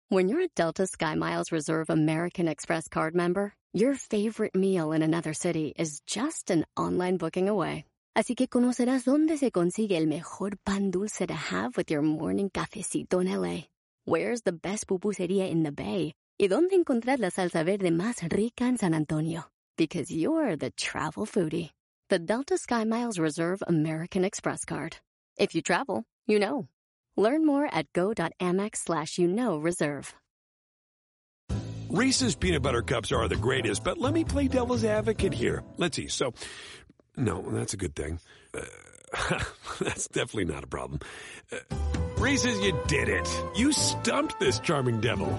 When you're a Delta SkyMiles Reserve American Express card member, your favorite meal in another city is just an online booking away. Así que conocerás dónde se consigue el mejor pan dulce to have with your morning cafecito en LA. Where's the best pupusería in the Bay? Y dónde encontrar la salsa verde más rica en San Antonio. Because you're the travel foodie. The Delta SkyMiles Reserve American Express card. If you travel, you know. Learn more at go.amex/reserve. Reese's peanut butter cups are the greatest, but let me play devil's advocate here. Let's see. So, no, that's a good thing. That's definitely not a problem. Reese's, you did it. You stumped this charming devil.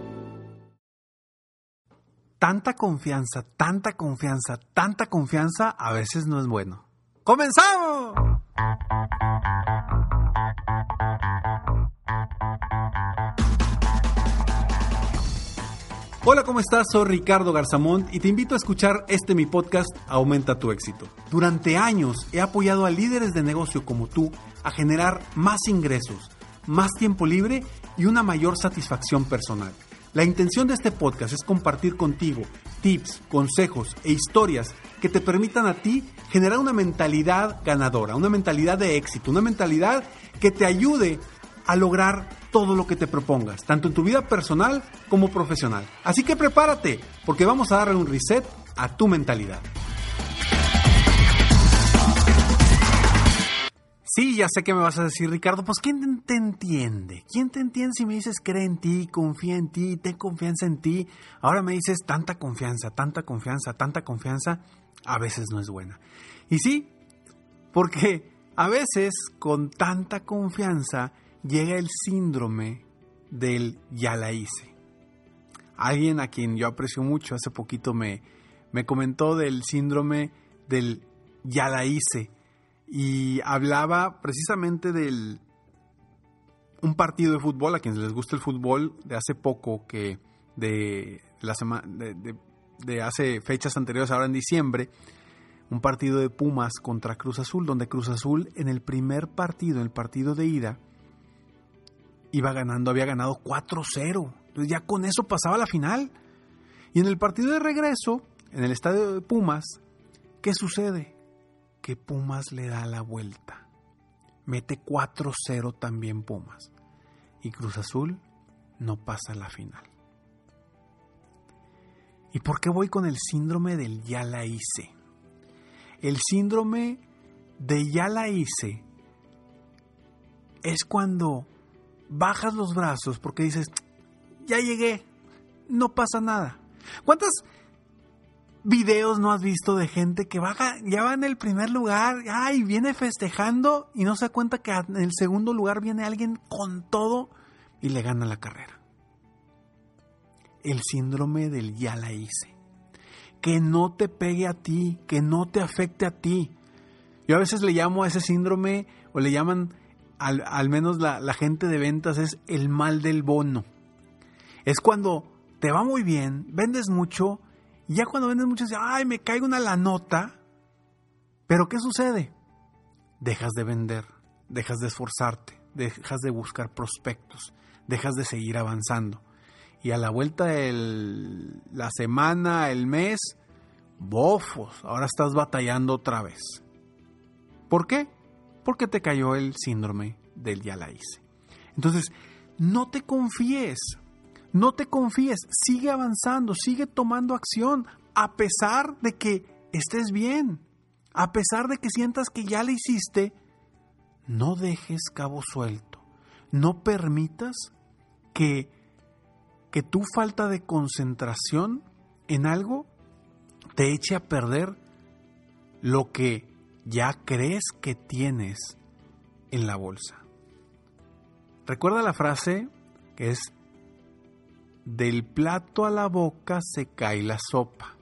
Tanta confianza, tanta confianza, tanta confianza a veces no es bueno. ¡Comenzamos! Hola, ¿cómo estás? Soy Ricardo Garzamont y te invito a escuchar mi podcast Aumenta tu éxito. Durante años he apoyado a líderes de negocio como tú a generar más ingresos, más tiempo libre y una mayor satisfacción personal. La intención de este podcast es compartir contigo tips, consejos e historias que te permitan a ti generar una mentalidad ganadora, una mentalidad de éxito, una mentalidad que te ayude a lograr todo lo que te propongas, tanto en tu vida personal como profesional. Así que prepárate, porque vamos a darle un reset a tu mentalidad. Sí, ya sé que me vas a decir, Ricardo, pues ¿quién te entiende? ¿Quién te entiende si me dices cree en ti, confía en ti, ten confianza en ti? Ahora me dices tanta confianza, a veces no es buena. Y sí, porque a veces con tanta confianza llega el síndrome del ya la hice. Alguien a quien yo aprecio mucho hace poquito me comentó del síndrome del ya la hice. Y hablaba precisamente de un partido de fútbol, a quienes les gusta el fútbol, de hace poco, que de hace fechas anteriores, ahora en diciembre, un partido de Pumas contra Cruz Azul, donde Cruz Azul en el primer partido, en el partido de ida, había ganado 4-0. Entonces ya con eso pasaba a la final. Y en el partido de regreso, en el estadio de Pumas, ¿qué sucede? Que Pumas le da la vuelta. Mete 4-0 también Pumas. Y Cruz Azul no pasa a la final. ¿Y por qué voy con el síndrome del ya la hice? El síndrome de ya la hice es cuando bajas los brazos porque dices, ya llegué, no pasa nada. ¿Cuántas videos no has visto de gente que ya va en el primer lugar, y viene festejando y no se da cuenta que en el segundo lugar viene alguien con todo y le gana la carrera? El síndrome del ya la hice. Que no te pegue a ti, que no te afecte a ti. Yo a veces le llamo a ese síndrome, o le llaman, al menos la gente de ventas, es el mal del bono. Es cuando te va muy bien, vendes mucho, y ya cuando vendes mucho, dices, me caigo una lanota. Pero ¿qué sucede? Dejas de vender, dejas de esforzarte, dejas de buscar prospectos, dejas de seguir avanzando. Y a la vuelta de la semana, el mes, bofos, ahora estás batallando otra vez. ¿Por qué? Porque te cayó el síndrome del ya la hice. Entonces, no te confíes, sigue avanzando, sigue tomando acción, a pesar de que estés bien, a pesar de que sientas que ya la hiciste. No dejes cabo suelto, no permitas que tu falta de concentración en algo te eche a perder lo que ya crees que tienes en la bolsa. Recuerda la frase que es: del plato a la boca se cae la sopa.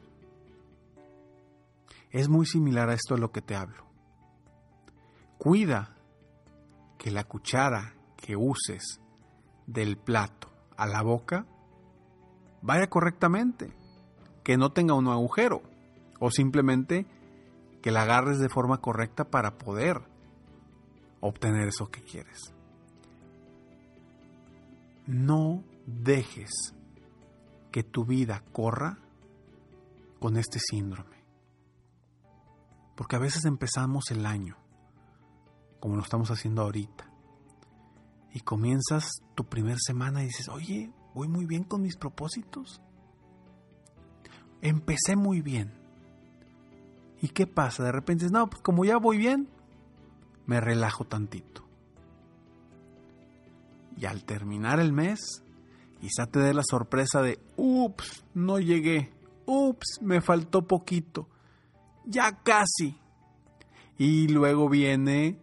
Es muy similar a esto de lo que te hablo. Cuida que la cuchara que uses del plato a la boca vaya correctamente, que no tenga un agujero, o simplemente que la agarres de forma correcta para poder obtener eso que quieres. No dejes que tu vida corra con este síndrome. Porque a veces empezamos el año, como lo estamos haciendo ahorita, y comienzas tu primer semana y dices, oye, voy muy bien con mis propósitos. Empecé muy bien. ¿Y qué pasa? De repente dices, no, pues como ya voy bien, me relajo tantito. Y al terminar el mes, quizá te dé la sorpresa de, ups, no llegué, ups, me faltó poquito, ya casi. Y luego viene,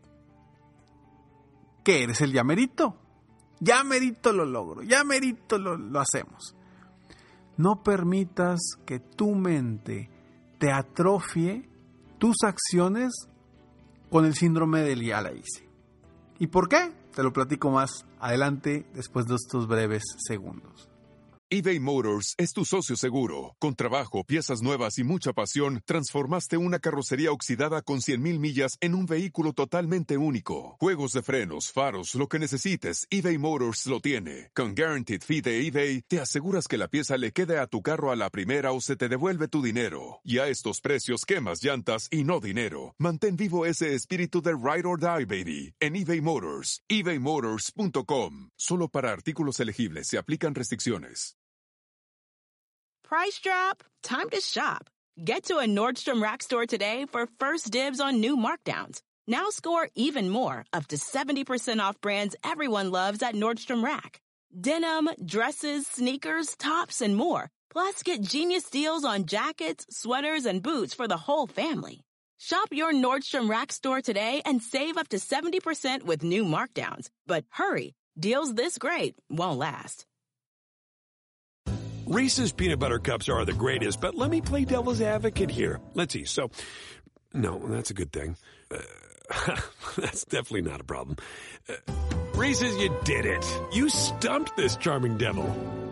¿qué eres? El ya merito lo logro, ya merito lo hacemos. No permitas que tu mente te atrofie tus acciones con el síndrome del ya la hice. ¿Y por qué? Te lo platico más adelante después de estos breves segundos. eBay Motors es tu socio seguro. Con trabajo, piezas nuevas y mucha pasión, transformaste una carrocería oxidada con 100,000 millas en un vehículo totalmente único. Juegos de frenos, faros, lo que necesites, eBay Motors lo tiene. Con Guaranteed Fee de eBay, te aseguras que la pieza le quede a tu carro a la primera o se te devuelve tu dinero. Y a estos precios, quemas llantas y no dinero. Mantén vivo ese espíritu de Ride or Die, baby, en eBay Motors. ebaymotors.com. Solo para artículos elegibles se aplican restricciones. Price drop? Time to shop. Get to a Nordstrom Rack store today for first dibs on new markdowns. Now score even more, up to 70% off brands everyone loves at Nordstrom Rack. Denim, dresses, sneakers, tops, and more. Plus, get genius deals on jackets, sweaters, and boots for the whole family. Shop your Nordstrom Rack store today and save up to 70% with new markdowns. But hurry, deals this great won't last. Reese's peanut butter cups are the greatest, but let me play devil's advocate here. Let's see. So, no, that's a good thing. That's definitely not a problem. Reese's, you did it. You stumped this charming devil.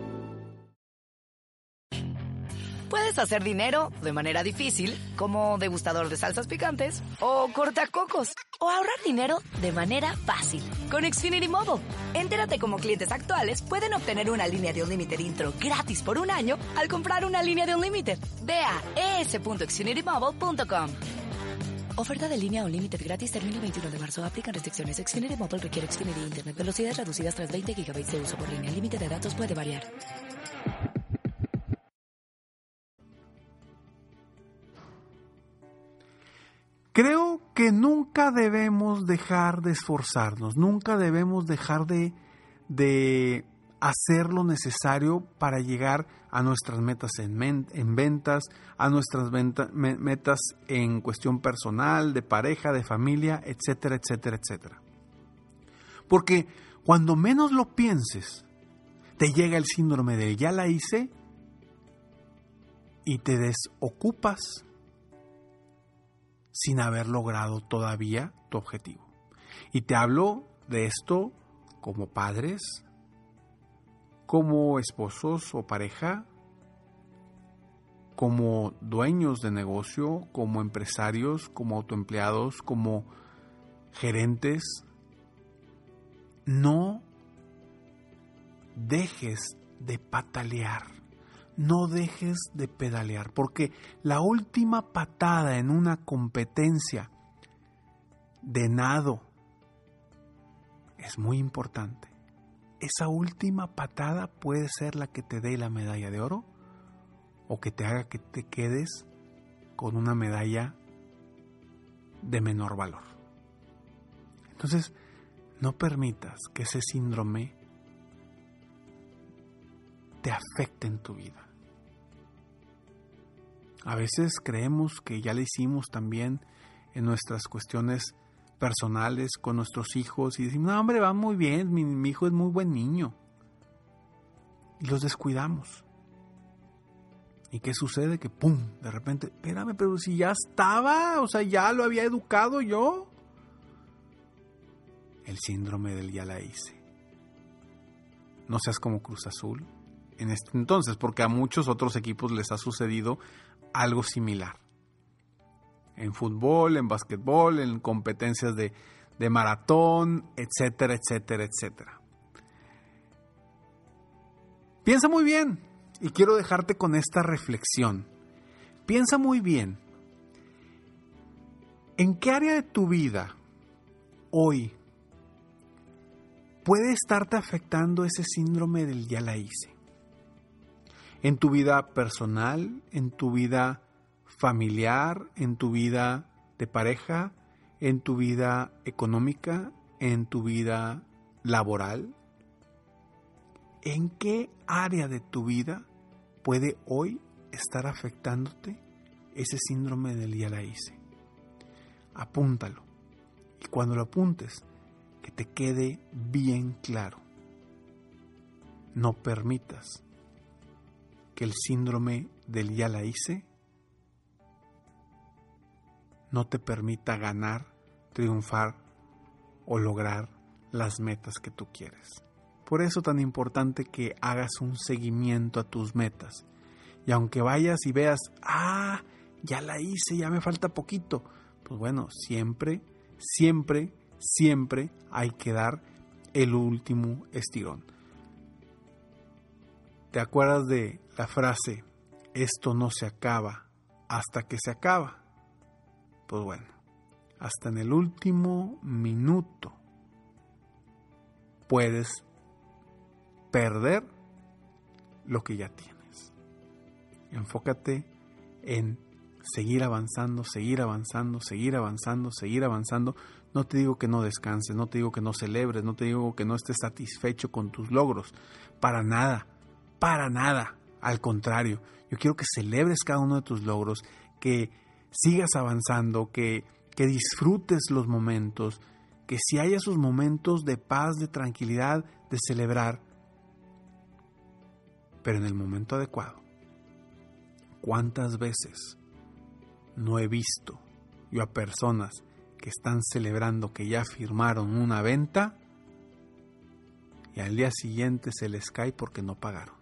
Puedes hacer dinero de manera difícil, como degustador de salsas picantes, o cortacocos, o ahorrar dinero de manera fácil con Xfinity Mobile. Entérate cómo clientes actuales pueden obtener una línea de Unlimited intro gratis por un año al comprar una línea de Unlimited. Ve a es.xfinitymobile.com. Oferta de línea Unlimited gratis termina el 21 de marzo. Aplican restricciones. Xfinity Mobile requiere Xfinity Internet. Velocidades reducidas tras 20 GB de uso por línea. El límite de datos puede variar. Creo que nunca debemos dejar de esforzarnos, nunca debemos dejar de hacer lo necesario para llegar a nuestras metas en ventas, a nuestras metas en cuestión personal, de pareja, de familia, etcétera, etcétera, etcétera. Porque cuando menos lo pienses, te llega el síndrome de ya la hice y te desocupas sin haber logrado todavía tu objetivo. Y te hablo de esto como padres, como esposos o pareja, como dueños de negocio, como empresarios, como autoempleados, como gerentes. No dejes de patalear. No dejes de pedalear, porque la última patada en una competencia de nado es muy importante. Esa última patada puede ser la que te dé la medalla de oro o que te haga que te quedes con una medalla de menor valor. Entonces, no permitas que ese síndrome te afecte en tu vida. A veces creemos que ya le hicimos también en nuestras cuestiones personales con nuestros hijos y decimos, no hombre, va muy bien, mi hijo es muy buen niño. Y los descuidamos. ¿Y qué sucede? Que ¡pum! De repente, espérame, pero si ya estaba, o sea, ya lo había educado yo. El síndrome del ya la hice. No seas como Cruz Azul en este entonces, porque a muchos otros equipos les ha sucedido algo similar. En fútbol, en básquetbol, en competencias de maratón, etcétera, etcétera, etcétera. Piensa muy bien y quiero dejarte con esta reflexión. Piensa muy bien. ¿En qué área de tu vida hoy puede estarte afectando ese síndrome del ya la hice? En tu vida personal, en tu vida familiar, en tu vida de pareja, en tu vida económica, en tu vida laboral. ¿En qué área de tu vida puede hoy estar afectándote ese síndrome del ya la hice? Apúntalo. Y cuando lo apuntes, que te quede bien claro. No permitas que el síndrome del ya la hice no te permita ganar, triunfar o lograr las metas que tú quieres. Por eso es tan importante que hagas un seguimiento a tus metas. Y aunque vayas y veas, ya la hice, ya me falta poquito. Pues bueno, siempre hay que dar el último estirón. ¿Te acuerdas de la frase, esto no se acaba hasta que se acaba? Pues bueno, hasta en el último minuto puedes perder lo que ya tienes. Enfócate en seguir avanzando. No te digo que no descanses, no te digo que no celebres, no te digo que no estés satisfecho con tus logros. Para nada. Al contrario, yo quiero que celebres cada uno de tus logros, que sigas avanzando, que disfrutes los momentos, que si hay esos momentos de paz, de tranquilidad, de celebrar, pero en el momento adecuado. ¿Cuántas veces no he visto yo a personas que están celebrando que ya firmaron una venta y al día siguiente se les cae porque no pagaron?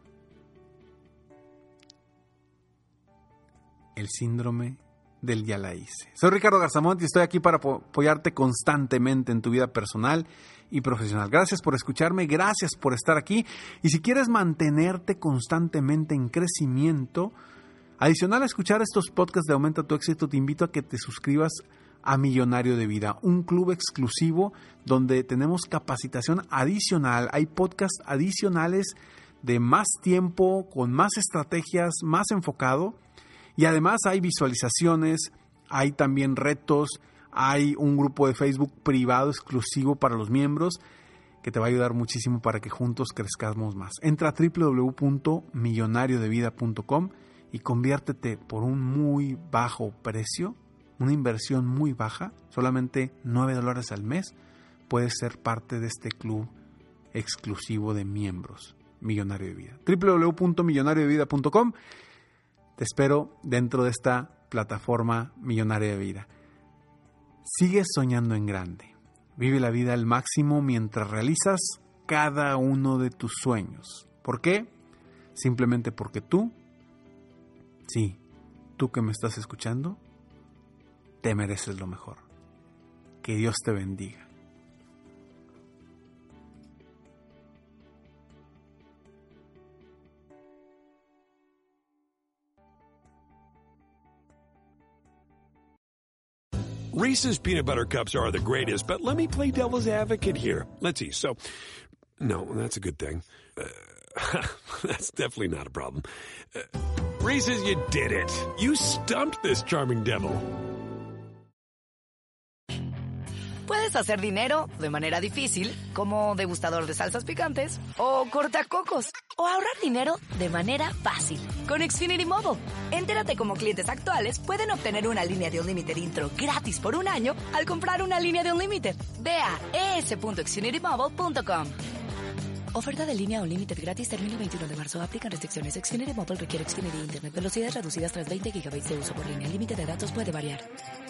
El síndrome del ya la hice. Soy Ricardo Garzamont y estoy aquí para apoyarte constantemente en tu vida personal y profesional. Gracias por escucharme, gracias por estar aquí. Y si quieres mantenerte constantemente en crecimiento, adicional a escuchar estos podcasts de Aumenta tu Éxito, te invito a que te suscribas a Millonario de Vida, un club exclusivo donde tenemos capacitación adicional. Hay podcasts adicionales de más tiempo, con más estrategias, más enfocado. Y además hay visualizaciones, hay también retos, hay un grupo de Facebook privado exclusivo para los miembros que te va a ayudar muchísimo para que juntos crezcamos más. Entra a www.millonariodevida.com y conviértete por un muy bajo precio, una inversión muy baja, solamente $9 al mes, puedes ser parte de este club exclusivo de miembros, Millonario de Vida. www.millonariodevida.com. Te espero dentro de esta plataforma Millonaria de Vida. Sigue soñando en grande. Vive la vida al máximo mientras realizas cada uno de tus sueños. ¿Por qué? Simplemente porque tú que me estás escuchando, te mereces lo mejor. Que Dios te bendiga. Reese's Peanut Butter Cups are the greatest, but let me play devil's advocate here. Let's see. So, no, that's a good thing. That's definitely not a problem. Reese's, you did it. You stumped this charming devil. Puedes hacer dinero de manera difícil, como degustador de salsas picantes, o cortacocos, o ahorrar dinero de manera fácil con Xfinity Mobile. Entérate cómo clientes actuales pueden obtener una línea de Unlimited intro gratis por un año al comprar una línea de Unlimited. Ve a es.xfinitymobile.com. Oferta de línea Unlimited gratis termina el 21 de marzo. Aplican restricciones. Xfinity Mobile requiere Xfinity Internet. Velocidades reducidas tras 20 GB de uso por línea. El límite de datos puede variar.